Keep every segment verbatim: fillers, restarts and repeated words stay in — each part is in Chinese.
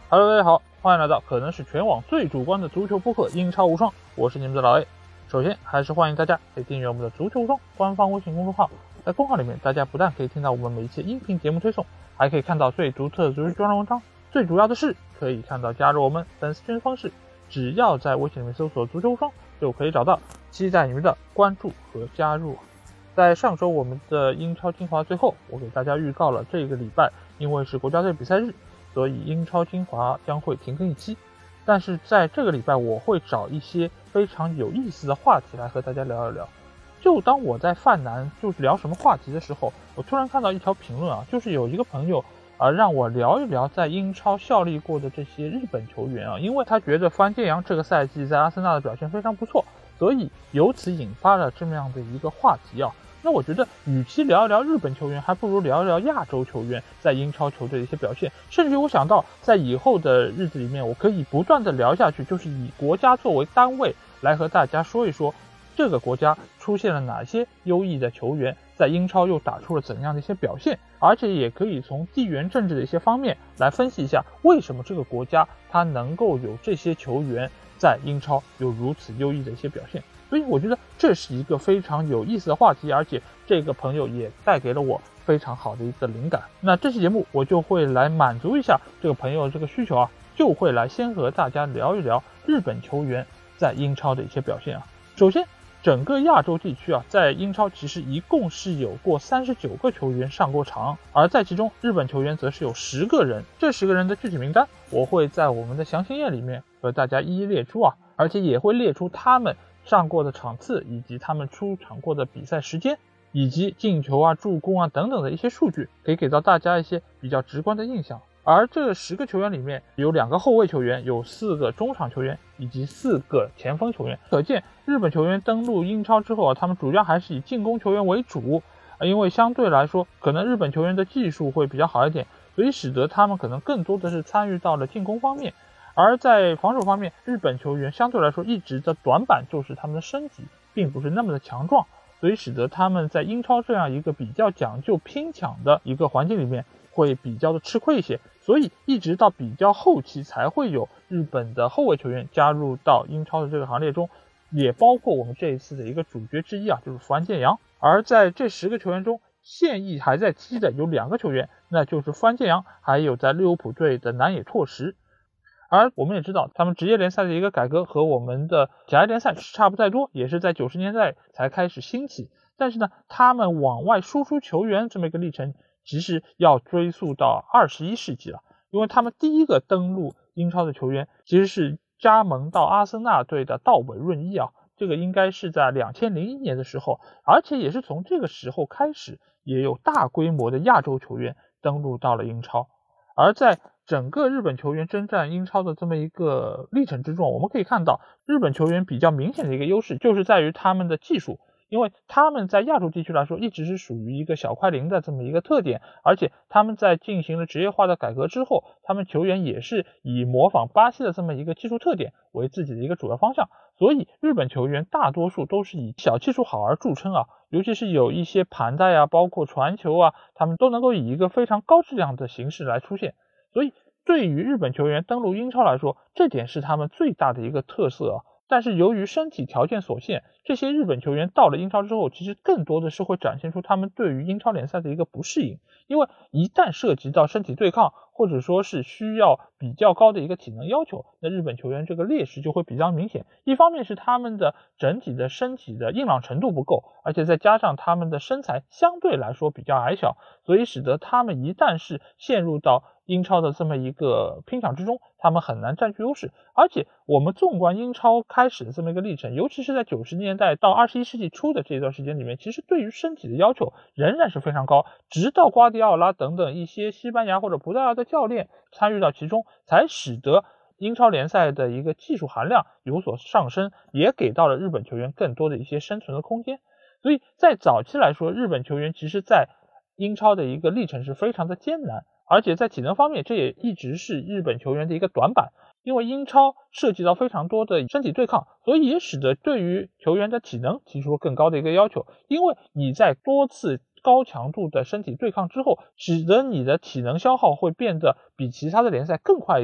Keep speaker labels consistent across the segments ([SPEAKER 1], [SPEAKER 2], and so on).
[SPEAKER 1] Hello， 大家好，欢迎来到可能是全网最主观的足球播客英超无双，我是你们的老 A。首先还是欢迎大家可以订阅我们的足球无双官方微信公众号，在公号里面大家不但可以听到我们每一期音频节目推送，还可以看到最独特的足球专栏文章，最主要的是可以看到加入我们粉丝群的方式，只要在微信里面搜索足球无双就可以找到，期待你们的关注和加入。在上周我们的英超精华最后，我给大家预告了这个礼拜因为是国家队比赛日，所以英超精华将会停更一期，但是在这个礼拜我会找一些非常有意思的话题来和大家聊一聊。就当我在犯难就是聊什么话题的时候，我突然看到一条评论啊，就是有一个朋友啊让我聊一聊在英超效力过的这些日本球员啊，因为他觉得范建阳这个赛季在阿森纳的表现非常不错，所以由此引发了这么样的一个话题啊。那我觉得与其聊一聊日本球员，还不如聊一聊亚洲球员在英超球队的一些表现，甚至我想到在以后的日子里面，我可以不断的聊下去，就是以国家作为单位来和大家说一说这个国家出现了哪些优异的球员，在英超又打出了怎样的一些表现，而且也可以从地缘政治的一些方面来分析一下为什么这个国家它能够有这些球员在英超有如此优异的一些表现。所以我觉得这是一个非常有意思的话题，而且这个朋友也带给了我非常好的一个灵感。那这期节目我就会来满足一下这个朋友这个需求啊，就会来先和大家聊一聊日本球员在英超的一些表现啊。首先整个亚洲地区啊，在英超其实一共是有过三十九个球员上过场，而在其中日本球员则是有十个人，这十个人的具体名单我会在我们的详情页里面和大家一一列出啊，而且也会列出他们上过的场次，以及他们出场过的比赛时间，以及进球啊、助攻啊等等的一些数据，可以给到大家一些比较直观的印象。而这十个球员里面有两个后卫球员，有四个中场球员，以及四个前锋球员。可见日本球员登陆英超之后啊，他们主要还是以进攻球员为主，因为相对来说可能日本球员的技术会比较好一点，所以使得他们可能更多的是参与到了进攻方面。而在防守方面，日本球员相对来说一直的短板就是他们的身体并不是那么的强壮，所以使得他们在英超这样一个比较讲究拼抢的一个环境里面会比较的吃亏一些，所以一直到比较后期才会有日本的后卫球员加入到英超的这个行列中，也包括我们这一次的一个主角之一啊，就是范建阳。而在这十个球员中，现役还在踢的有两个球员，那就是范建阳还有在利物浦队的南野拓实。而我们也知道他们职业联赛的一个改革和我们的甲 A 联赛是差不太多，也是在九十年代才开始兴起，但是呢他们往外输出球员这么一个历程其实要追溯到二十一世纪了，因为他们第一个登陆英超的球员其实是加盟到阿森纳队的道尾润一啊，这个应该是在二零零一年的时候，而且也是从这个时候开始也有大规模的亚洲球员登陆到了英超。而在整个日本球员征战英超的这么一个历程之中，我们可以看到日本球员比较明显的一个优势就是在于他们的技术，因为他们在亚洲地区来说一直是属于一个小快灵的这么一个特点，而且他们在进行了职业化的改革之后，他们球员也是以模仿巴西的这么一个技术特点为自己的一个主要方向，所以日本球员大多数都是以小技术好而著称啊，尤其是有一些盘带啊，包括传球啊，他们都能够以一个非常高质量的形式来出现，所以对于日本球员登陆英超来说，这点是他们最大的一个特色啊。但是由于身体条件所限，这些日本球员到了英超之后，其实更多的是会展现出他们对于英超联赛的一个不适应，因为一旦涉及到身体对抗，或者说是需要比较高的一个体能要求，那日本球员这个劣势就会比较明显。一方面是他们的整体的身体的硬朗程度不够，而且再加上他们的身材相对来说比较矮小，所以使得他们一旦是陷入到英超的这么一个拼抢之中，他们很难占据优势。而且我们纵观英超开始的这么一个历程，尤其是在九十年代到二十一世纪初的这段时间里面，其实对于身体的要求仍然是非常高，直到瓜迪奥拉等等一些西班牙或者葡萄牙的教练参与到其中，才使得英超联赛的一个技术含量有所上升，也给到了日本球员更多的一些生存的空间。所以在早期来说，日本球员其实在英超的一个历程是非常的艰难，而且在体能方面这也一直是日本球员的一个短板，因为英超涉及到非常多的身体对抗，所以也使得对于球员的体能提出了更高的一个要求，因为你在多次高强度的身体对抗之后，使得你的体能消耗会变得比其他的联赛更快一点，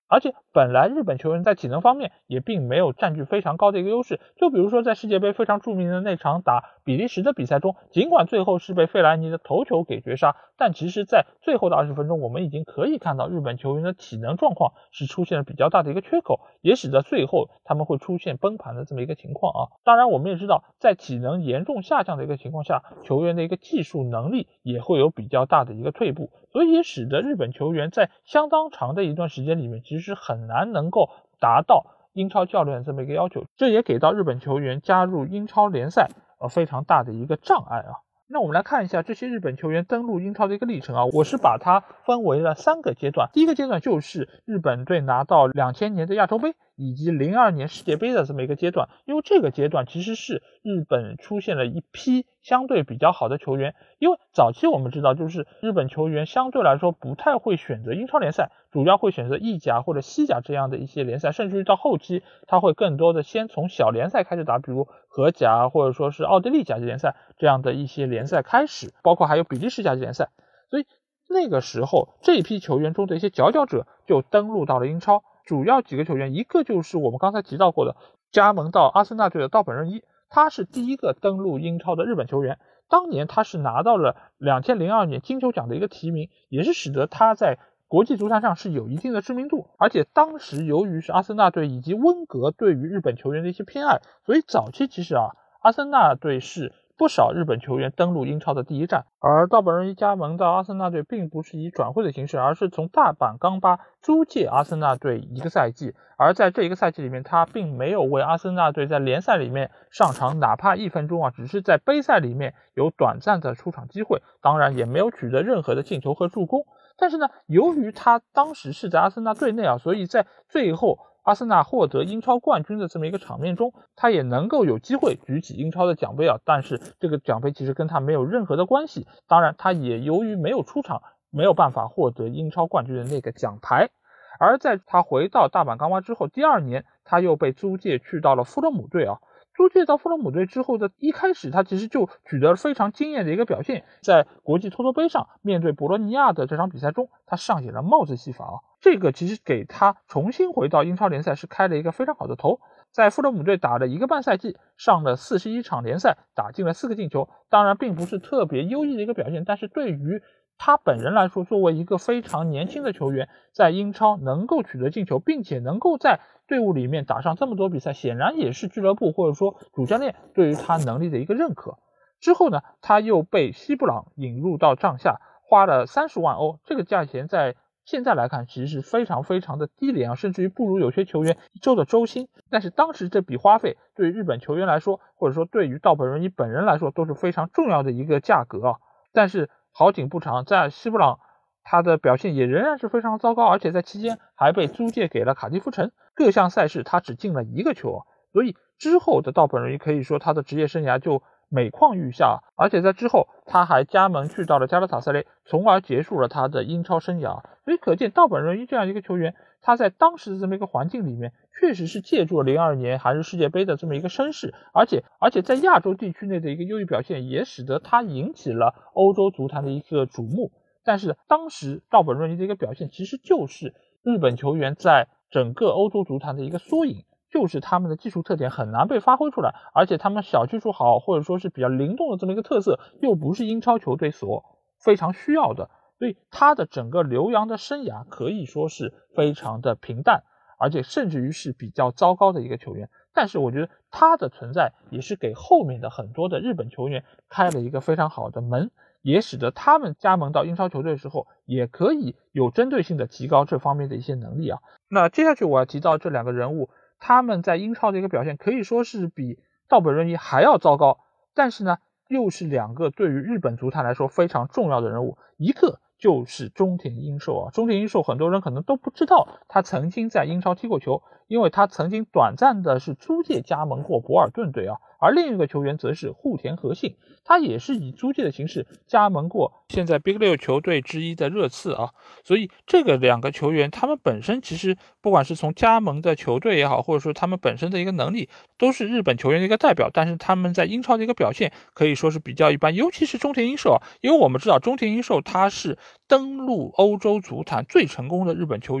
[SPEAKER 1] 而且本来日本球员在体能方面也并没有占据非常高的一个优势，就比如说在世界杯非常著名的那场打比利时的比赛中，尽管最后是被费莱尼的头球给绝杀，但其实在最后的二十分钟，我们已经可以看到日本球员的体能状况是出现了比较大的一个缺口，也使得最后他们会出现崩盘的这么一个情况啊。当然我们也知道，在体能严重下降的一个情况下，球员的一个技术能力也会有比较大的一个退步，所以也使得日本球员在相当长的一段时间里面其实很难能够达到英超教练这么一个要求，这也给到日本球员加入英超联赛呃非常大的一个障碍啊。那我们来看一下这些日本球员登陆英超的一个历程啊，我是把它分为了三个阶段。第一个阶段就是日本队拿到两千年的亚洲杯以及零二年世界杯的这么一个阶段，因为这个阶段其实是日本出现了一批相对比较好的球员，因为早期我们知道就是日本球员相对来说不太会选择英超联赛，主要会选择意甲或者西甲这样的一些联赛，甚至于到后期他会更多的先从小联赛开始打，比如荷甲或者说是奥地利甲级联赛这样的一些联赛开始，包括还有比利时甲级联赛，所以那个时候这一批球员中的一些佼佼者就登陆到了英超。主要几个球员，一个就是我们刚才提到过的加盟到阿森纳队的道本润一，他是第一个登陆英超的日本球员，当年他是拿到了两千零二年金球奖的一个提名，也是使得他在国际足坛上是有一定的知名度，而且当时由于是阿森纳队以及温格对于日本球员的一些偏爱，所以早期其实啊，阿森纳队是不少日本球员登陆英超的第一站，而道本润一加盟到阿森纳队并不是以转会的形式，而是从大阪钢巴租借阿森纳队一个赛季，而在这一个赛季里面他并没有为阿森纳队在联赛里面上场哪怕一分钟啊，只是在杯赛里面有短暂的出场机会，当然也没有取得任何的进球和助攻。但是呢，由于他当时是在阿森纳队内啊，所以在最后阿森纳获得英超冠军的这么一个场面中，他也能够有机会举起英超的奖杯啊，但是这个奖杯其实跟他没有任何的关系，当然他也由于没有出场，没有办法获得英超冠军的那个奖牌。而在他回到大阪钢巴之后，第二年他又被租借去到了富勒姆队啊。租借到富勒姆队之后的一开始，他其实就取得了非常惊艳的一个表现，在国际托托杯上面对博洛尼亚的这场比赛中，他上演了帽子戏法啊，这个其实给他重新回到英超联赛是开了一个非常好的头。在富勒姆队打了一个半赛季，上了四十一场联赛，打进了四个进球，当然并不是特别优异的一个表现，但是对于他本人来说，作为一个非常年轻的球员，在英超能够取得进球，并且能够在队伍里面打上这么多比赛，显然也是俱乐部或者说主教练对于他能力的一个认可。之后呢，他又被西布朗引入到帐下，花了三十万欧，这个价钱在现在来看其实是非常非常的低廉啊，甚至于不如有些球员一周的周薪，但是当时这笔花费对于日本球员来说，或者说对于道本润一本人来说都是非常重要的一个价格啊。但是好景不长，在西布朗他的表现也仍然是非常糟糕，而且在期间还被租借给了卡迪夫城，各项赛事他只进了一个球，所以之后的道本润一可以说他的职业生涯就每况愈下，而且在之后他还加盟去到了加拉塔萨雷，从而结束了他的英超生涯。所以可见道本润一这样一个球员，他在当时的这么一个环境里面确实是借助了零二年韩日世界杯的这么一个声势，而且而且在亚洲地区内的一个优异表现也使得他引起了欧洲足坛的一个瞩目。但是当时道本润一的一个表现其实就是日本球员在整个欧洲足坛的一个缩影，就是他们的技术特点很难被发挥出来，而且他们小技术好或者说是比较灵动的这么一个特色又不是英超球队所非常需要的，所以他的整个留洋的生涯可以说是非常的平淡，而且甚至于是比较糟糕的一个球员。但是我觉得他的存在也是给后面的很多的日本球员开了一个非常好的门，也使得他们加盟到英超球队的时候也可以有针对性的提高这方面的一些能力啊。那接下去我要提到这两个人物，他们在英超的一个表现可以说是比道本润一还要糟糕，但是呢又是两个对于日本足坛来说非常重要的人物，一个就是中田英寿啊。中田英寿很多人可能都不知道他曾经在英超踢过球，因为他曾经短暂的是租借加盟过博尔顿队啊，而另一个球员则是户田和信，他也是以租借的形式加盟过现在 Big 六球队之一的热刺啊。所以这个两个球员他们本身其实不管是从加盟的球队也好，或者说他们本身的一个能力都是日本球员的一个代表，但是他们在英超的一个表现可以说是比较一般，尤其是中田英寿啊，因为我们知道中田英寿他是登陆欧洲足坛最成功的日本球员，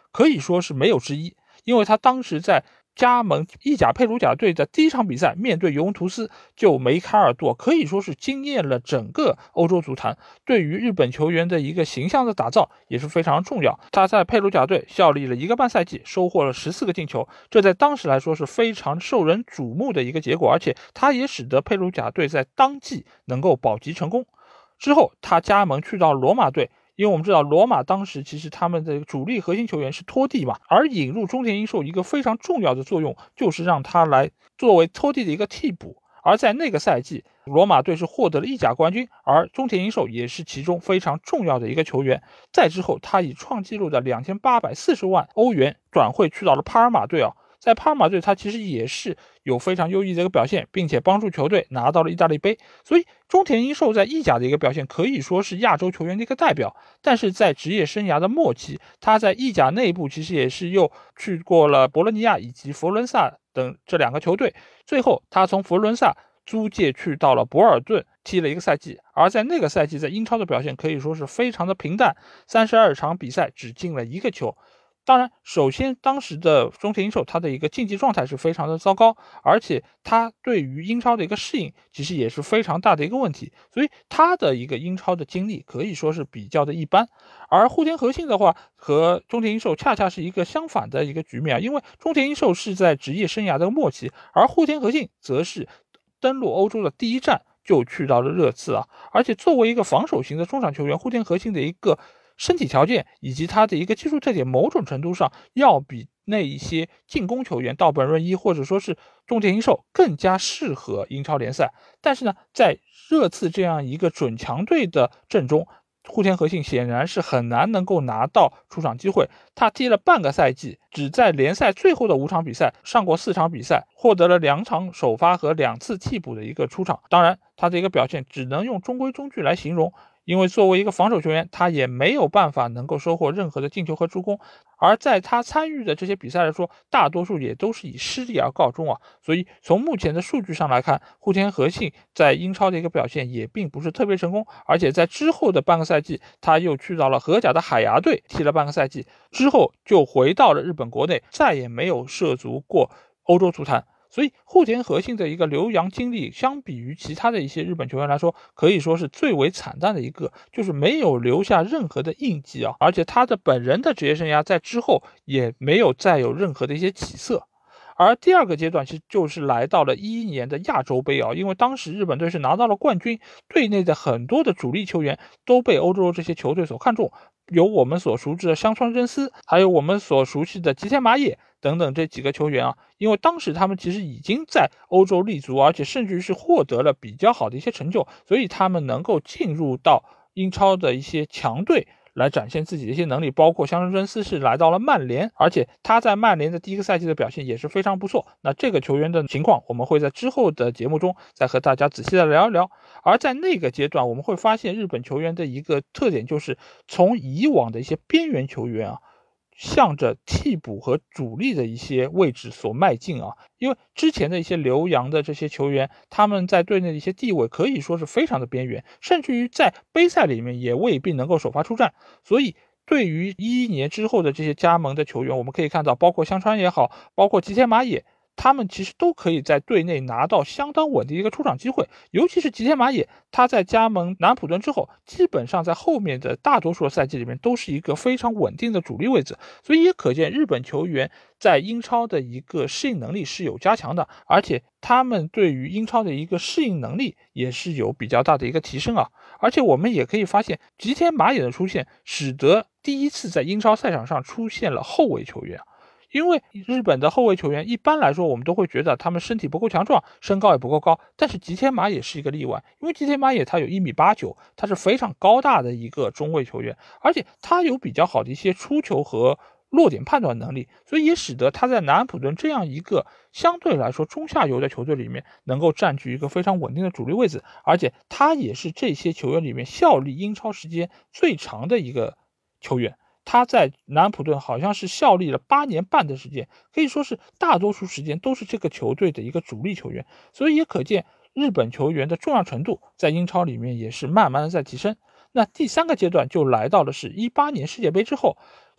[SPEAKER 1] 可以说是没有之一，因为他当时在加盟意甲佩鲁贾队的第一场比赛，面对尤文图斯就梅开二度，可以说是惊艳了整个欧洲足坛，对于日本球员的一个形象的打造也是非常重要。他在佩鲁贾队效力了一个半赛季，收获了十四个进球，这在当时来说是非常受人瞩目的一个结果，而且他也使得佩鲁贾队在当季能够保级成功。之后他加盟去到罗马队，因为我们知道罗马当时其实他们的主力核心球员是托蒂嘛，而引入中田英寿一个非常重要的作用就是让他来作为托蒂的一个替补，而在那个赛季罗马队是获得了意甲冠军，而中田英寿也是其中非常重要的一个球员。再之后他以创纪录的两千八百四十万欧元转会去到了帕尔马队啊，在帕尔马队他其实也是有非常优异的一个表现，并且帮助球队拿到了意大利杯，所以中田英寿在意甲的一个表现可以说是亚洲球员的一个代表。但是在职业生涯的末期，他在意甲内部其实也是又去过了博洛尼亚以及佛罗伦萨等这两个球队，最后他从佛罗伦萨租借去到了博尔顿踢了一个赛季，而在那个赛季在英超的表现可以说是非常的平淡，三十二场比赛只进了一个球。当然首先当时的中田英寿他的一个竞技状态是非常的糟糕，而且他对于英超的一个适应其实也是非常大的一个问题，所以他的一个英超的经历可以说是比较的一般。而户田和信的话和中田英寿恰恰是一个相反的一个局面啊，因为中田英寿是在职业生涯的末期，而户田和信则是登陆欧洲的第一站就去到了热刺啊，而且作为一个防守型的中场球员，户田和信的一个身体条件以及他的一个技术特点某种程度上要比那一些进攻球员道本润一或者说是中田英寿更加适合英超联赛。但是呢，在热刺这样一个准强队的阵中，户田和信显然是很难能够拿到出场机会，他踢了半个赛季，只在联赛最后的五场比赛上过四场比赛，获得了两场首发和两次替补的一个出场。当然他的一个表现只能用中规中矩来形容，因为作为一个防守球员，他也没有办法能够收获任何的进球和助攻，而在他参与的这些比赛来说，大多数也都是以失利而告终啊。所以从目前的数据上来看，户田和信在英超的一个表现也并不是特别成功，而且在之后的半个赛季，他又去到了荷甲的海牙队踢了半个赛季，之后就回到了日本国内，再也没有涉足过欧洲足坛。所以户田和信的一个留洋经历相比于其他的一些日本球员来说，可以说是最为惨淡的一个，就是没有留下任何的印记啊，而且他的本人的职业生涯在之后也没有再有任何的一些起色。而第二个阶段其实就是来到了一一年的亚洲杯啊，因为当时日本队是拿到了冠军，队内的很多的主力球员都被欧洲这些球队所看中，有我们所熟知的香川真司，还有我们所熟悉的吉田麻也等等这几个球员啊，因为当时他们其实已经在欧洲立足，而且甚至于是获得了比较好的一些成就，所以他们能够进入到英超的一些强队来展现自己的一些能力，包括香川真司是来到了曼联，而且他在曼联的第一个赛季的表现也是非常不错。那这个球员的情况我们会在之后的节目中再和大家仔细的聊一聊。而在那个阶段我们会发现日本球员的一个特点就是从以往的一些边缘球员啊，向着替补和主力的一些位置所迈进啊，因为之前的一些留洋的这些球员，他们在队内的一些地位可以说是非常的边缘，甚至于在杯赛里面也未必能够首发出战。所以对于一一年之后的这些加盟的球员，我们可以看到包括香川也好，包括吉田麻也，他们其实都可以在队内拿到相当稳定的一个出场机会，尤其是吉田麻也，他在加盟南普顿之后，基本上在后面的大多数的赛季里面都是一个非常稳定的主力位置，所以也可见日本球员在英超的一个适应能力是有加强的，而且他们对于英超的一个适应能力也是有比较大的一个提升啊。而且我们也可以发现，吉田麻也的出现使得第一次在英超赛场上出现了后卫球员啊。因为日本的后卫球员一般来说我们都会觉得他们身体不够强壮，身高也不够高，但是吉田麻也是一个例外，因为吉田麻也他有一米八九，他是非常高大的一个中卫球员，而且他有比较好的一些出球和落点判断能力，所以也使得他在南安普顿这样一个相对来说中下游的球队里面能够占据一个非常稳定的主力位置，而且他也是这些球员里面效力英超时间最长的一个球员，他在南安普顿好像是效力了八年半的时间，可以说是大多数时间都是这个球队的一个主力球员，所以也可见日本球员的重要程度在英超里面也是慢慢的在提升。那第三个阶段就来到的是一八年世界杯之后，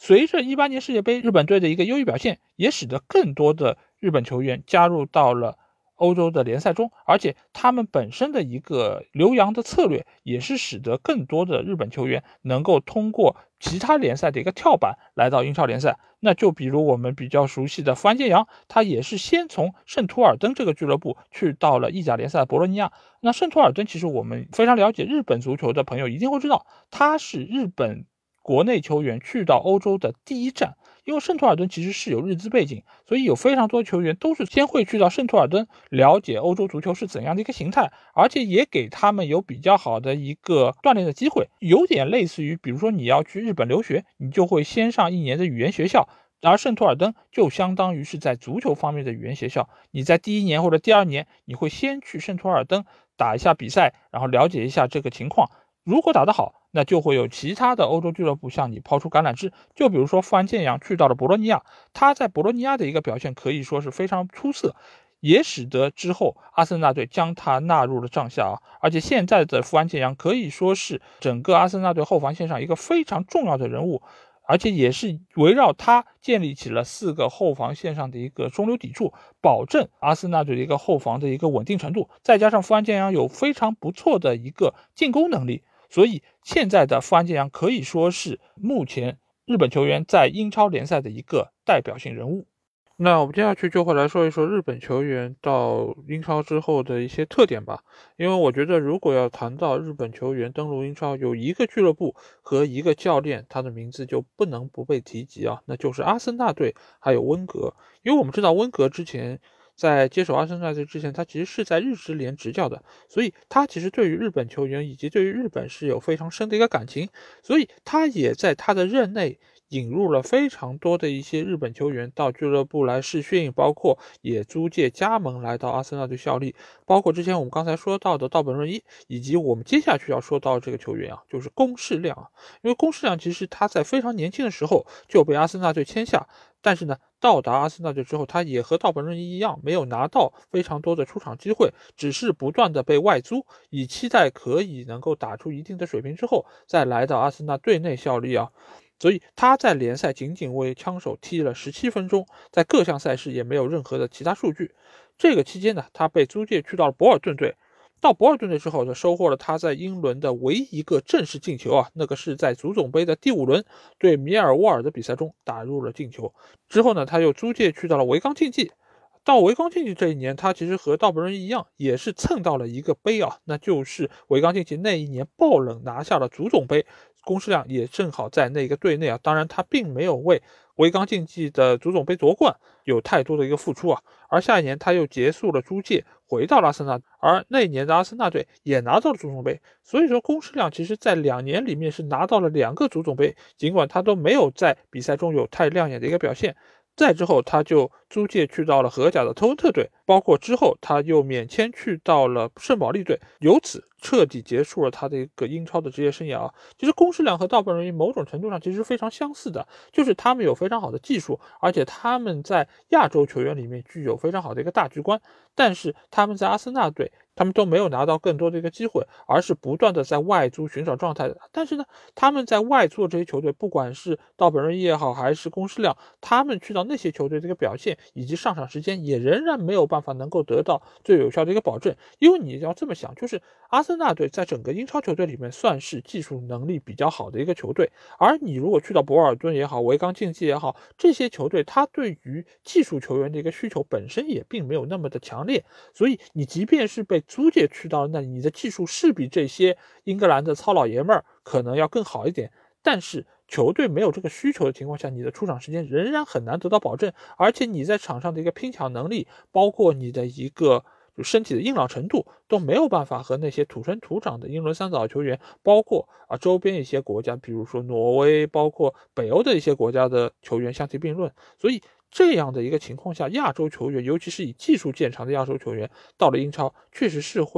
[SPEAKER 1] 随着一八年世界杯日本队的一个优异表现，也使得更多的日本球员加入到了欧洲的联赛中，而且他们本身的一个留洋的策略，也是使得更多的日本球员能够通过其他联赛的一个跳板来到英超联赛。那就比如我们比较熟悉的福安健洋，他也是先从圣图尔登这个俱乐部去到了意甲联赛的博洛尼亚。那圣图尔登其实我们非常了解日本足球的朋友一定会知道，他是日本国内球员去到欧洲的第一站。因为圣图尔登其实是有日资背景，所以有非常多球员都是先会去到圣图尔登了解欧洲足球是怎样的一个形态，而且也给他们有比较好的一个锻炼的机会，有点类似于比如说你要去日本留学，你就会先上一年的语言学校，而圣图尔登就相当于是在足球方面的语言学校，你在第一年或者第二年你会先去圣图尔登打一下比赛，然后了解一下这个情况，如果打得好，那就会有其他的欧洲俱乐部向你抛出橄榄枝。就比如说富安健洋去到了博洛尼亚，他在博洛尼亚的一个表现可以说是非常出色，也使得之后阿森纳队将他纳入了帐下啊。而且现在的富安健洋可以说是整个阿森纳队后防线上一个非常重要的人物，而且也是围绕他建立起了四个后防线上的一个中流砥柱，保证阿森纳队的一个后防的一个稳定程度。再加上富安健洋有非常不错的一个进攻能力，所以现在的富安健洋可以说是目前日本球员在英超联赛的一个代表性人物。那我们接下去就会来说一说日本球员到英超之后的一些特点吧。因为我觉得如果要谈到日本球员登陆英超，有一个俱乐部和一个教练，他的名字就不能不被提及啊，那就是阿森纳队还有温格。因为我们知道温格之前在接手阿森纳队之前，他其实是在日职联执教的，所以他其实对于日本球员以及对于日本是有非常深的一个感情，所以他也在他的任内引入了非常多的一些日本球员到俱乐部来试训，包括也租借加盟来到阿森纳队效力，包括之前我们刚才说到的道本润一，以及我们接下去要说到这个球员啊，就是宫世亮啊。因为宫世亮其实他在非常年轻的时候就被阿森纳队签下，但是呢，到达阿森纳队之后，他也和道本润一一样，没有拿到非常多的出场机会，只是不断的被外租，以期待可以能够打出一定的水平之后，再来到阿森纳队内效力啊。所以他在联赛仅仅为枪手踢了十七分钟，在各项赛事也没有任何的其他数据。这个期间呢，他被租借去到了博尔顿队。到博尔顿队之后，就收获了他在英伦的唯一一个正式进球啊，那个是在足总杯的第五轮对米尔沃尔的比赛中打入了进球。之后呢，他又租借去到了维冈竞技。到维冈竞技这一年，他其实和道本润一样，也是蹭到了一个杯啊，那就是维冈竞技那一年爆冷拿下了足总杯，宫世亮也正好在那个队内啊。当然，他并没有为维冈竞技的足总杯夺冠有太多的一个付出啊。而下一年他又结束了租借，回到了阿森纳，而那一年的阿森纳队也拿到了足总杯。所以说，宫世亮其实在两年里面是拿到了两个足总杯，尽管他都没有在比赛中有太亮眼的一个表现。再之后，他就租借去到了荷甲的特温特队，包括之后他又免签去到了圣保利队，由此彻底结束了他的一个英超的职业生涯啊。其实宫世亮和道本润一某种程度上其实非常相似的，就是他们有非常好的技术，而且他们在亚洲球员里面具有非常好的一个大局观，但是他们在阿森纳队他们都没有拿到更多的一个机会，而是不断的在外租寻找状态。但是呢，他们在外租的这些球队，不管是道本润一也好，还是宫世亮，他们去到那些球队这个表现以及上场时间也仍然没有办法能够得到最有效的一个保证。因为你要这么想，就是阿森纳队在整个英超球队里面算是技术能力比较好的一个球队，而你如果去到博尔顿也好，维冈竞技也好，这些球队他对于技术球员的一个需求本身也并没有那么的强烈，所以你即便是被租借去到那里，你的技术是比这些英格兰的糙老爷们儿可能要更好一点，但是球队没有这个需求的情况下，你的出场时间仍然很难得到保证，而且你在场上的一个拼抢能力，包括你的一个就身体的硬朗程度，都没有办法和那些土生土长的英伦三岛球员，包括啊周边一些国家，比如说挪威，包括北欧的一些国家的球员相提并论。所以这样的一个情况下，亚洲球员，尤其是以技术见长的亚洲球员，到了英超确实是会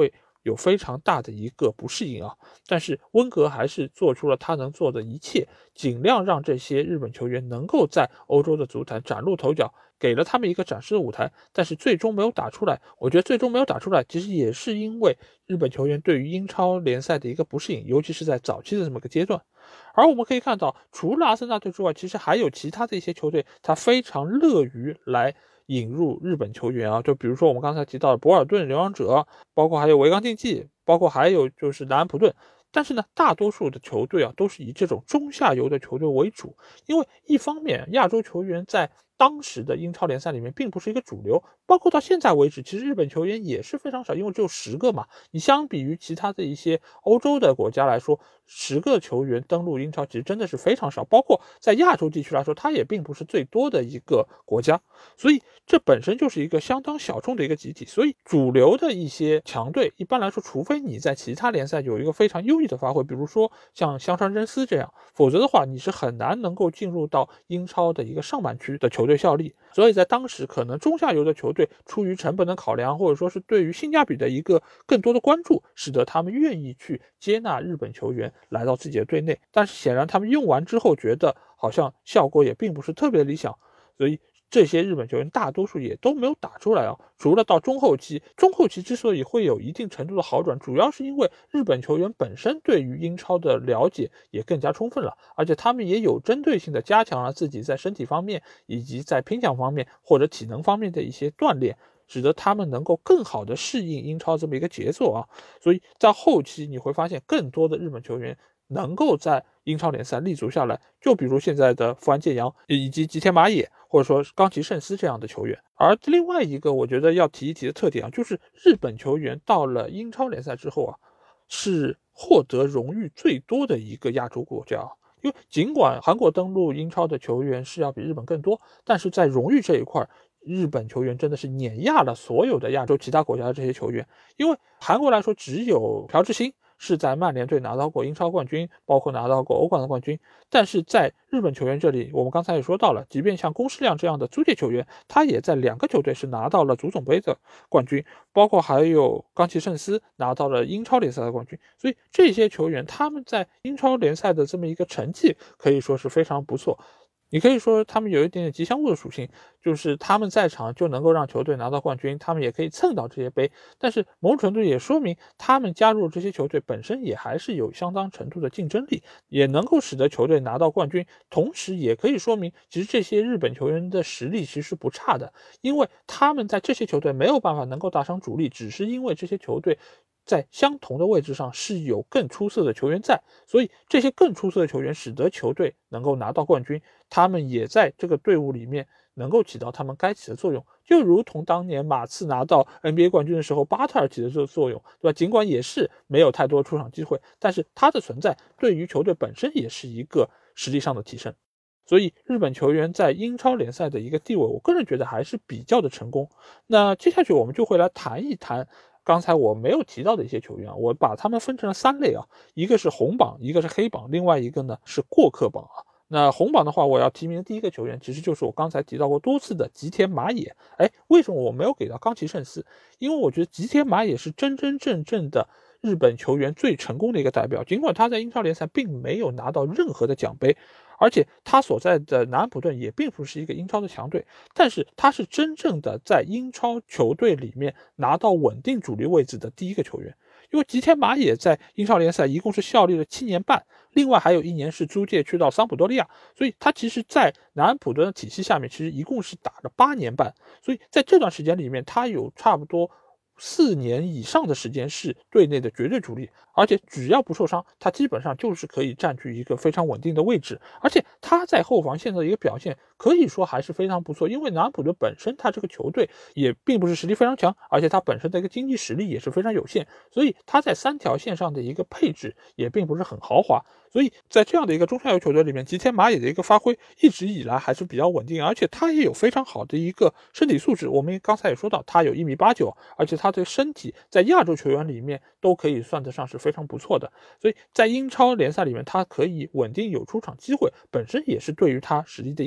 [SPEAKER 1] 有非常大的一个不适应啊。但是温格还是做出了他能做的一切，尽量让这些日本球员能够在欧洲的足坛崭露头角，给了他们一个展示的舞台，但是最终没有打出来。我觉得最终没有打出来，其实也是因为日本球员对于英超联赛的一个不适应，尤其是在早期的这么个阶段。而我们可以看到，除了阿森纳队之外，其实还有其他的一些球队，他非常乐于来引入日本球员啊，就比如说我们刚才提到的博尔顿、流浪者，包括还有维冈竞技，包括还有就是南安普顿。但是呢，大多数的球队啊，都是以这种中下游的球队为主，因为一方面亚洲球员在当时的英超联赛里面并不是一个主流，包括到现在为止，其实日本球员也是非常少，因为只有十个嘛。你相比于其他的一些欧洲的国家来说，十个球员登陆英超其实真的是非常少，包括在亚洲地区来说，它也并不是最多的一个国家，所以这本身就是一个相当小众的一个集体。所以主流的一些强队，一般来说，除非你在其他联赛有一个非常优异的发挥，比如说像香川真司这样，否则的话你是很难能够进入到英超的一个上半区的球队效力。所以在当时可能中下游的球队出于成本的考量，或者说是对于性价比的一个更多的关注，使得他们愿意去接纳日本球员来到自己的队内。但是显然他们用完之后觉得好像效果也并不是特别理想，所以这些日本球员大多数也都没有打出来啊。除了到中后期，中后期之所以会有一定程度的好转，主要是因为日本球员本身对于英超的了解也更加充分了，而且他们也有针对性的加强了自己在身体方面以及在拼抢方面或者体能方面的一些锻炼，使得他们能够更好的适应英超这么一个节奏啊。所以在后期你会发现更多的日本球员能够在英超联赛立足下来，就比如现在的富安健洋以及吉田麻也，或者说冈崎慎司这样的球员。而另外一个我觉得要提一提的特点啊，就是日本球员到了英超联赛之后啊，是获得荣誉最多的一个亚洲国家。因为尽管韩国登陆英超的球员是要比日本更多，但是在荣誉这一块，日本球员真的是碾压了所有的亚洲其他国家的这些球员。因为韩国来说，只有朴智星是在曼联队拿到过英超冠军，包括拿到过欧冠的冠军。但是在日本球员这里，我们刚才也说到了，即便像宫市亮这样的租借球员，他也在两个球队是拿到了足总杯的冠军，包括还有冈崎慎司拿到了英超联赛的冠军。所以这些球员他们在英超联赛的这么一个成绩可以说是非常不错。你可以说他们有一点点吉祥物的属性，就是他们在场就能够让球队拿到冠军，他们也可以蹭到这些杯。但是某种程度也说明他们加入这些球队本身也还是有相当程度的竞争力，也能够使得球队拿到冠军。同时也可以说明其实这些日本球员的实力其实不差的，因为他们在这些球队没有办法能够打上主力，只是因为这些球队在相同的位置上是有更出色的球员在，所以这些更出色的球员使得球队能够拿到冠军，他们也在这个队伍里面能够起到他们该起的作用，就如同当年马刺拿到 N B A 冠军的时候，巴特尔起的这个作用，对吧？尽管也是没有太多出场机会，但是他的存在对于球队本身也是一个实力上的提升。所以日本球员在英超联赛的一个地位，我个人觉得还是比较的成功。那接下去我们就会来谈一谈刚才我没有提到的一些球员啊，我把他们分成了三类啊，一个是红榜，一个是黑榜，另外一个呢是过客榜啊。那红榜的话，我要提名的第一个球员其实就是我刚才提到过多次的吉田麻也。哎，为什么我没有给到冈崎慎司？因为我觉得吉田麻也是真真正正的日本球员最成功的一个代表，尽管他在英超联赛并没有拿到任何的奖杯，而且他所在的南安普顿也并不是一个英超的强队，但是他是真正的在英超球队里面拿到稳定主力位置的第一个球员。因为吉田麻也在英超联赛一共是效力了七年半，另外还有一年是租借去到桑普多利亚，所以他其实在南安普顿的体系下面其实一共是打了八年半，所以在这段时间里面他有差不多四年以上的时间是队内的绝对主力，而且只要不受伤，他基本上就是可以占据一个非常稳定的位置。而且他在后防线的一个表现可以说还是非常不错，因为南安普顿本身他这个球队也并不是实力非常强，而且他本身的一个经济实力也是非常有限，所以他在三条线上的一个配置也并不是很豪华。所以在这样的一个中下游球队里面，吉田麻也的一个发挥一直以来还是比较稳定，而且他也有非常好的一个身体素质。我们刚才也说到，他有一米八九，而且他的身体在亚洲球员里面都可以算得上是非常不错的。所以在英超联赛里面，他可以稳定有出场机会，本身也是对于他实力的一个认可。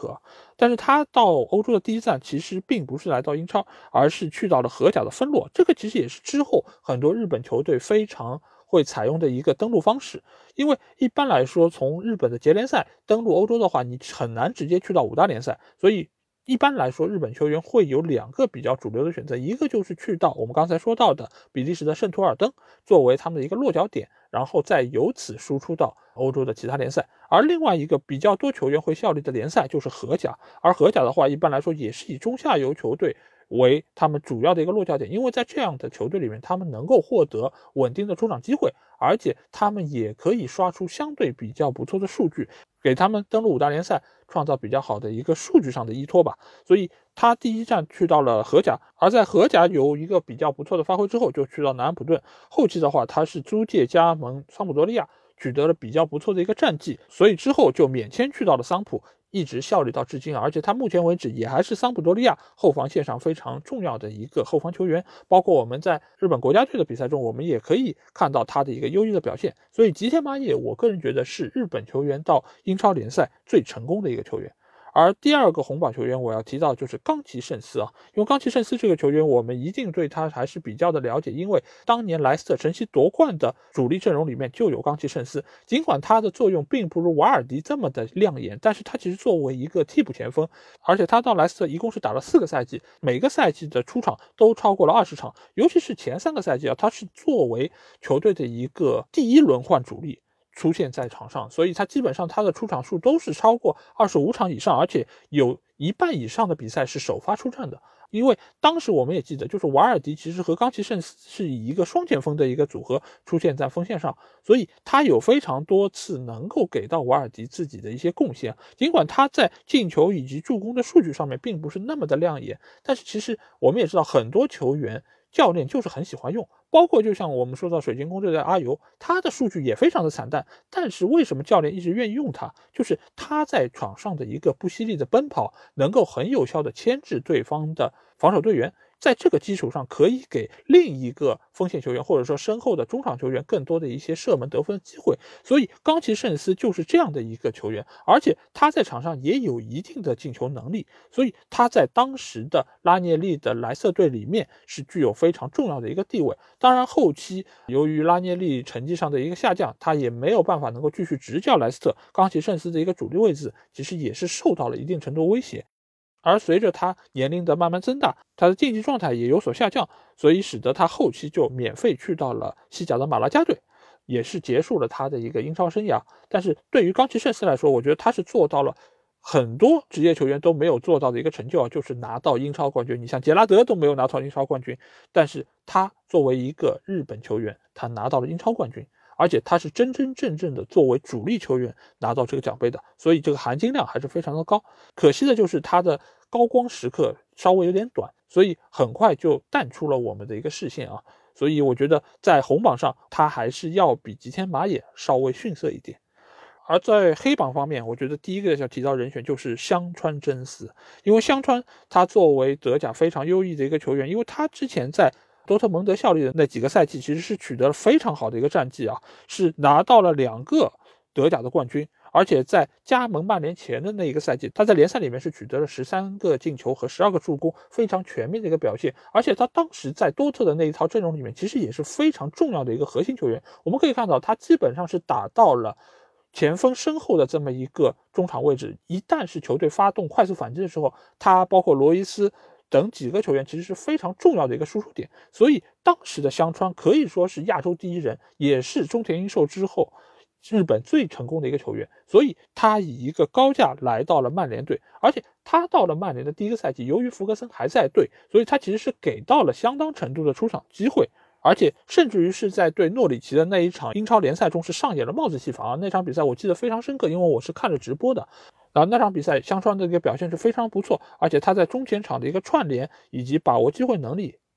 [SPEAKER 1] 合。但是他到欧洲的第一站其实并不是来到英超，而是去到了荷甲的芬洛，这个其实也是之后很多日本球队非常会采用的一个登陆方式。因为一般来说从日本的节联赛登陆欧洲的话，你很难直接去到五大联赛，所以一般来说日本球员会有两个比较主流的选择，一个就是去到我们刚才说到的比利时的圣图尔登作为他们的一个落脚点，然后再由此输出到欧洲的其他联赛。而另外一个比较多球员会效力的联赛就是荷甲，而荷甲的话一般来说也是以中下游球队为他们主要的一个落脚点，因为在这样的球队里面他们能够获得稳定的出场机会，而且他们也可以刷出相对比较不错的数据，给他们登陆五大联赛创造比较好的一个数据上的依托吧。所以他第一站去到了荷甲，而在荷甲有一个比较不错的发挥之后就去到南安普顿，后期的话他是租借加盟桑普多利亚，取得了比较不错的一个战绩，所以之后就免签去到了桑普，一直效力到至今，而且他目前为止也还是桑普多利亚后防线上非常重要的一个后防球员，包括我们在日本国家队的比赛中我们也可以看到他的一个优异的表现。所以吉田麻也我个人觉得是日本球员到英超联赛最成功的一个球员。而第二个红榜球员我要提到就是冈崎慎司啊，因为冈崎慎司这个球员我们一定对他还是比较的了解，因为当年莱斯特晨曦夺冠的主力阵容里面就有冈崎慎司，尽管他的作用并不如瓦尔迪这么的亮眼，但是他其实作为一个替补前锋，而且他到莱斯特一共是打了四个赛季，每个赛季的出场都超过了二十场，尤其是前三个赛季啊，他是作为球队的一个第一轮换主力出现在场上，所以他基本上他的出场数都是超过二十五场以上，而且有一半以上的比赛是首发出战的。因为当时我们也记得，就是瓦尔迪其实和冈崎慎司是以一个双前锋的一个组合出现在锋线上，所以他有非常多次能够给到瓦尔迪自己的一些贡献。尽管他在进球以及助攻的数据上面并不是那么的亮眼，但是其实我们也知道很多球员教练就是很喜欢用，包括就像我们说到水晶宫队的阿尤，他的数据也非常的惨淡，但是为什么教练一直愿意用他，就是他在场上的一个不犀利的奔跑能够很有效的牵制对方的防守队员，在这个基础上可以给另一个锋线球员或者说身后的中场球员更多的一些射门得分的机会，所以冈崎慎司就是这样的一个球员，而且他在场上也有一定的进球能力，所以他在当时的拉涅利的莱斯特队里面是具有非常重要的一个地位。当然后期由于拉涅利成绩上的一个下降，他也没有办法能够继续执教莱斯特，冈崎慎司的一个主力位置其实也是受到了一定程度威胁。而随着他年龄的慢慢增大，他的竞技状态也有所下降，所以使得他后期就免费去到了西甲的马拉加队，也是结束了他的一个英超生涯。但是对于冈崎慎司来说，我觉得他是做到了很多职业球员都没有做到的一个成就啊，就是拿到英超冠军。你像杰拉德都没有拿到英超冠军，但是他作为一个日本球员，他拿到了英超冠军，而且他是真真正正的作为主力球员拿到这个奖杯的，所以这个含金量还是非常的高。可惜的就是他的高光时刻稍微有点短，所以很快就淡出了我们的一个视线啊。所以我觉得在红榜上他还是要比吉田麻也稍微逊色一点。而在黑榜方面，我觉得第一个要提到人选就是香川真司，因为香川他作为德甲非常优异的一个球员，因为他之前在多特蒙德效力的那几个赛季其实是取得了非常好的一个战绩啊，是拿到了两个德甲的冠军，而且在加盟曼联前的那一个赛季，他在联赛里面是取得了十三个进球和十二个助攻，非常全面的一个表现。而且他当时在多特的那一套阵容里面其实也是非常重要的一个核心球员，我们可以看到他基本上是打到了前锋身后的这么一个中场位置，一旦是球队发动快速反击的时候，他包括罗伊斯等几个球员其实是非常重要的一个输出点。所以当时的香川可以说是亚洲第一人，也是中田英寿之后日本最成功的一个球员，所以他以一个高价来到了曼联队，而且他到了曼联的第一个赛季，由于福格森还在队，所以他其实是给到了相当程度的出场机会，而且甚至于是在对诺里奇的那一场英超联赛中是上演了帽子戏法啊！那场比赛我记得非常深刻，因为我是看了直播的。然后那场比赛香川的一个表现是非常不错，而且他在中前场的一个串联以及把握机会能力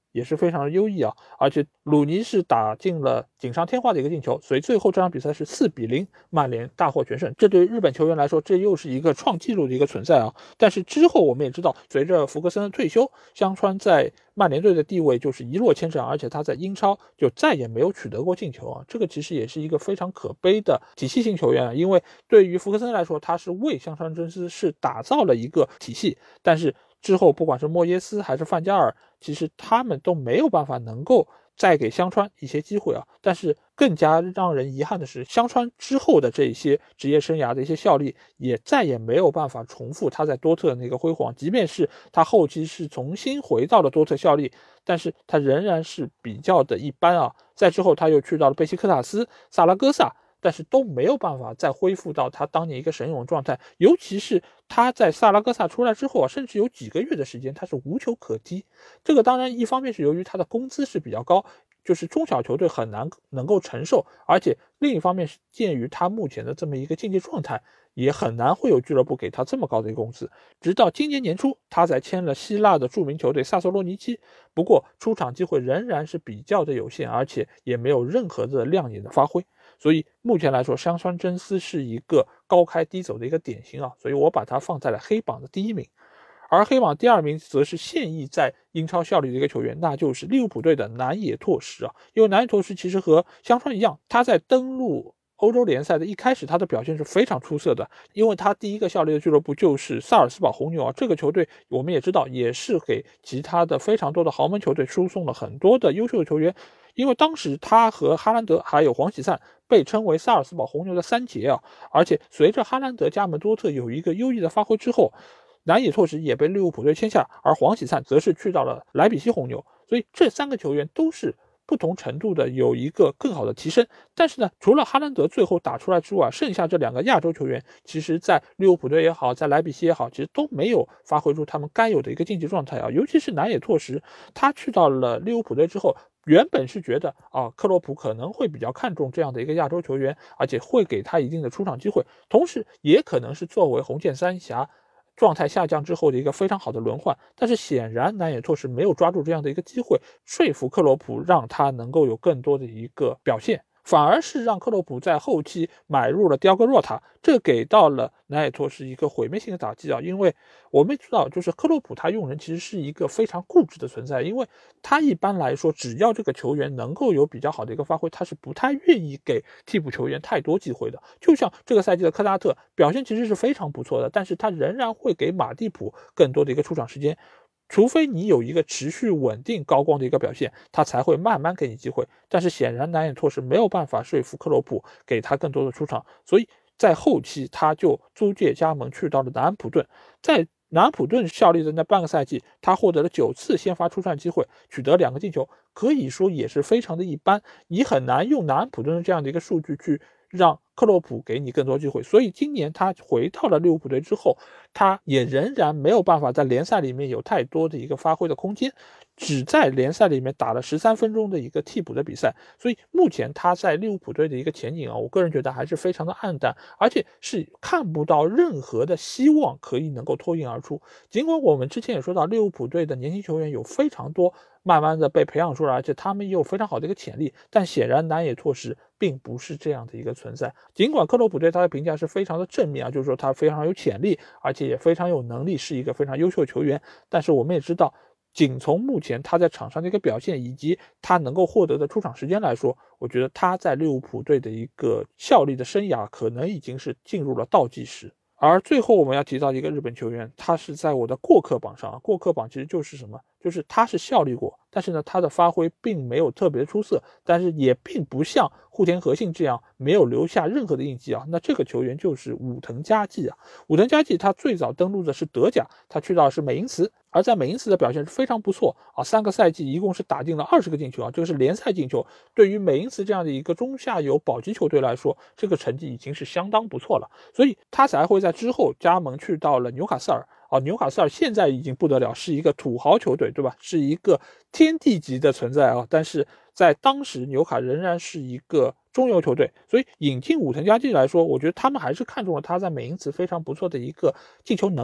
[SPEAKER 1] 也是非常的优异啊。而且鲁尼是打进了锦上添花的一个进球，所以最后这场比赛是四比零，曼联大获全胜。这对日本球员来说，这又是一个创纪录的一个存在啊。但是之后我们也知道，随着福格森的退休，香川在曼联队的地位就是一落千丈，而且他在英超就再也没有取得过进球啊。这个其实也是一个非常可悲的体系性球员啊，因为对于福格森来说，他是为香川真司是打造了一个体系，但是之后不管是莫耶斯还是范加尔，其实他们都没有办法能够再给香川一些机会啊。但是更加让人遗憾的是，香川之后的这些职业生涯的一些效力也再也没有办法重复他在多特的那个辉煌，即便是他后期是重新回到了多特效力，但是他仍然是比较的一般啊。再之后他又去到了贝西克塔斯、萨拉戈萨，但是都没有办法再恢复到他当年一个神勇状态。尤其是他在萨拉戈萨出来之后啊，甚至有几个月的时间他是无球可踢。这个当然一方面是由于他的工资是比较高，就是中小球队很难能够承受，而且另一方面是鉴于他目前的这么一个竞技状态，也很难会有俱乐部给他这么高的一个工资。直到今年年初，他才签了希腊的著名球队萨索洛尼基，不过出场机会仍然是比较的有限，而且也没有任何的亮眼的发挥。所以目前来说，香川真司是一个高开低走的一个典型啊，所以我把它放在了黑榜的第一名。而黑榜第二名则是现役在英超效力的一个球员，那就是利物浦队的南野拓实啊。因为南野拓实其实和香川一样，他在登陆欧洲联赛的一开始，他的表现是非常出色的，因为他第一个效力的俱乐部就是萨尔斯堡红牛啊。这个球队我们也知道，也是给其他的非常多的豪门球队输送了很多的优秀的球员。因为当时他和哈兰德还有黄喜灿被称为萨尔斯堡红牛的三杰啊，而且随着哈兰德加盟多特有一个优异的发挥之后，南野拓实也被利物浦队签下，而黄喜灿则是去到了莱比锡红牛，所以这三个球员都是不同程度的有一个更好的提升。但是呢，除了哈兰德最后打出来之外，剩下这两个亚洲球员，其实在利物浦队也好，在莱比锡也好，其实都没有发挥出他们该有的一个竞技状态啊。尤其是南野拓实，他去到了利物浦队之后，原本是觉得啊，克洛普可能会比较看重这样的一个亚洲球员，而且会给他一定的出场机会，同时也可能是作为红箭三峡状态下降之后的一个非常好的轮换。但是显然南野拓实没有抓住这样的一个机会，说服克洛普让他能够有更多的一个表现，反而是让克洛普在后期买入了雕戈若塔，这给到了南野拓实一个毁灭性的打击啊！因为我们知道，就是克洛普他用人其实是一个非常固执的存在，因为他一般来说，只要这个球员能够有比较好的一个发挥，他是不太愿意给替补球员太多机会的。就像这个赛季的科纳特表现其实是非常不错的，但是他仍然会给马蒂普更多的一个出场时间。除非你有一个持续稳定高光的一个表现，他才会慢慢给你机会。但是显然南野拓实没有办法说服克洛普给他更多的出场，所以在后期他就租借加盟去到了南安普顿。在南安普顿效力的那半个赛季，他获得了九次先发出战机会，取得两个进球，可以说也是非常的一般。你很难用南安普顿这样的一个数据去让克洛普给你更多机会，所以今年他回到了利物浦队之后，他也仍然没有办法在联赛里面有太多的一个发挥的空间，只在联赛里面打了十三分钟的一个替补的比赛，所以目前他在利物浦队的一个前景啊，我个人觉得还是非常的暗淡，而且是看不到任何的希望可以能够脱颖而出。尽管我们之前也说到，利物浦队的年轻球员有非常多慢慢的被培养出来，而且他们也有非常好的一个潜力，但显然南野拓实并不是这样的一个存在。尽管克洛普对他的评价是非常的正面啊，就是说他非常有潜力，而且也非常有能力，是一个非常优秀的球员，但是我们也知道，仅从目前他在场上的一个表现以及他能够获得的出场时间来说，我觉得他在利物浦队的一个效力的生涯可能已经是进入了倒计时。而最后我们要提到一个日本球员，他是在我的过客榜上，过客榜其实就是什么，就是他是效力过，但是呢他的发挥并没有特别出色，但是也并不像户田和信这样没有留下任何的印记啊。那这个球员就是武藤佳纪啊。武藤佳纪他最早登陆的是德甲，他去到的是美因茨，而在美因茨的表现是非常不错啊，三个赛季一共是打进了二十个进球啊，这个是联赛进球，对于美因茨这样的一个中下游保级球队来说，这个成绩已经是相当不错了，所以他才会在之后加盟去到了纽卡斯尔啊。纽卡斯尔现在已经不得了，是一个土豪球队，对吧？是一个天地级的存在啊，但是在当时纽卡仍然是一个中游球队，所以引进武藤佳纪来说，我觉得他们还是看中了他在美因茨非常不错的一个进球能力。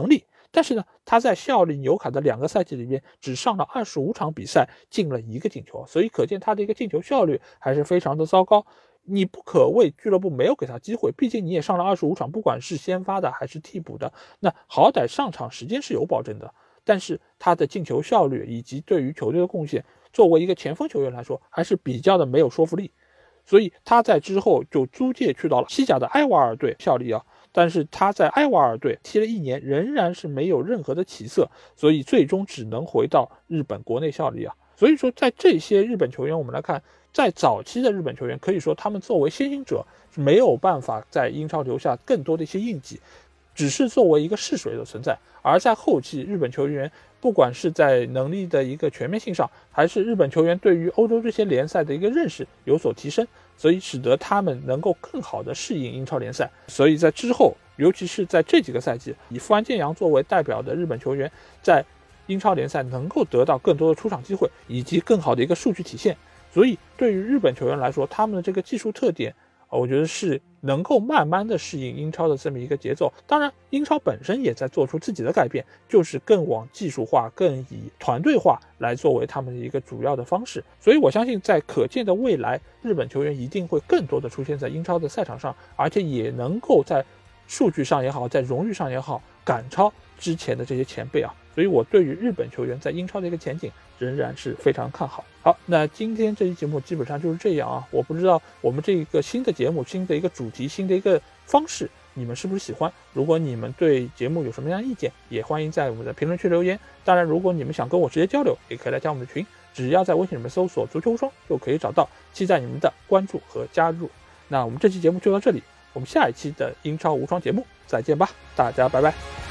[SPEAKER 1] 但是呢，他在效力纽卡的两个赛季里面只上了二十五场比赛，进了一个进球，所以可见他的一个进球效率还是非常的糟糕。你不可谓俱乐部没有给他机会，毕竟你也上了二十五场，不管是先发的还是替补的，那好歹上场时间是有保证的。但是他的进球效率以及对于球队的贡献，作为一个前锋球员来说，还是比较的没有说服力。所以他在之后就租借去到了西甲的埃瓦尔队效力啊，但是他在埃瓦尔队踢了一年，仍然是没有任何的起色，所以最终只能回到日本国内效力啊。所以说，在这些日本球员我们来看，在早期的日本球员，可以说他们作为先行者是没有办法在英超留下更多的一些印记，只是作为一个试水的存在。而在后期，日本球员不管是在能力的一个全面性上，还是日本球员对于欧洲这些联赛的一个认识有所提升，所以使得他们能够更好的适应英超联赛。所以在之后，尤其是在这几个赛季，以富安健洋作为代表的日本球员在英超联赛能够得到更多的出场机会，以及更好的一个数据体现。所以对于日本球员来说，他们的这个技术特点，我觉得是能够慢慢的适应英超的这么一个节奏。当然，英超本身也在做出自己的改变，就是更往技术化、更以团队化来作为他们的一个主要的方式。所以我相信，在可见的未来，日本球员一定会更多的出现在英超的赛场上，而且也能够在数据上也好，在荣誉上也好，赶超之前的这些前辈啊。所以我对于日本球员在英超的一个前景仍然是非常看好。好，那今天这期节目基本上就是这样啊。我不知道我们这个新的节目、新的一个主题、新的一个方式，你们是不是喜欢？如果你们对节目有什么样的意见，也欢迎在我们的评论区留言。当然，如果你们想跟我直接交流，也可以来加我们的群，只要在微信里面搜索足球无双就可以找到，期待你们的关注和加入。那我们这期节目就到这里，我们下一期的英超无双节目再见吧，大家拜拜。